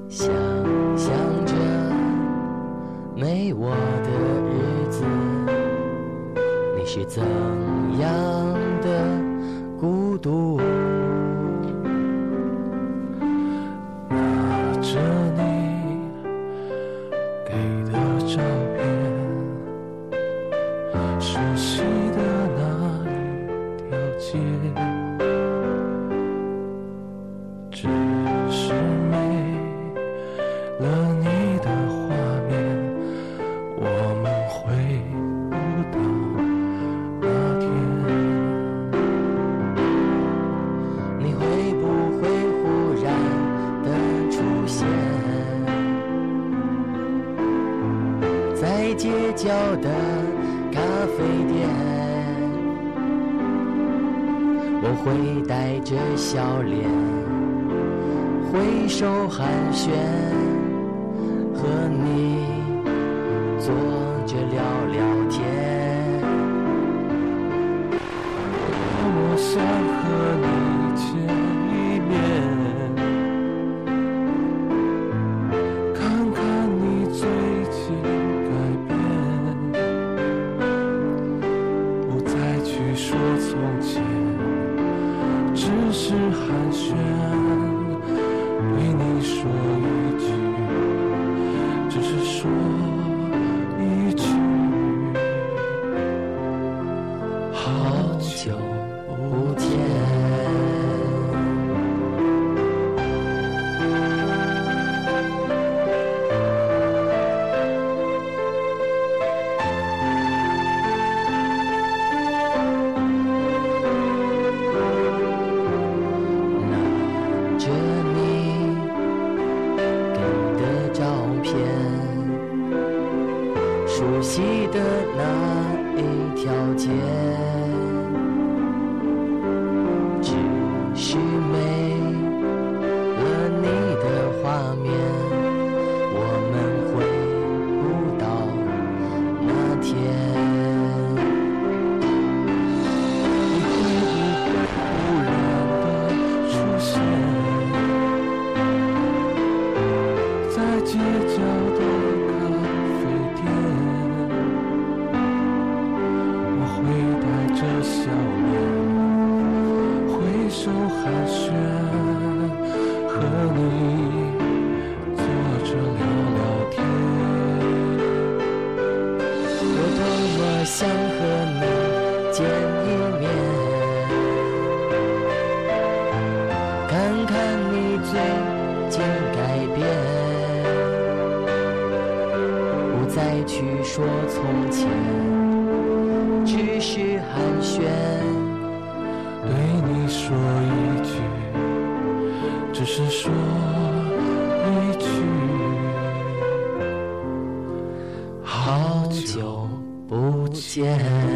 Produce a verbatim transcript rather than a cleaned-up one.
想象着没我的日子，你是怎样的孤独？ 拿着你给的照片，熟悉的那一条街，只是没了你的画面，我们回不到那天。 你会不会忽然的出现在街角的咖啡店？我会带着笑脸挥手寒暄，和你坐着聊聊天。 我想和你见一面，看看你最近改变，不再去说从前，只是寒暄，对你说一句，只是说一句，好久不见。拿着你给的照片，熟悉的那一条街，只是没了你的画面，我们回不到那天。 你会不会忽然的出现在街角的咖啡店？我会带着笑脸挥手寒暄，和你坐着聊聊天。 我多么想和你见一面，看看你最近改变，不再去说从前，只是寒暄， 对你说一句，只是说一句， 好久不见。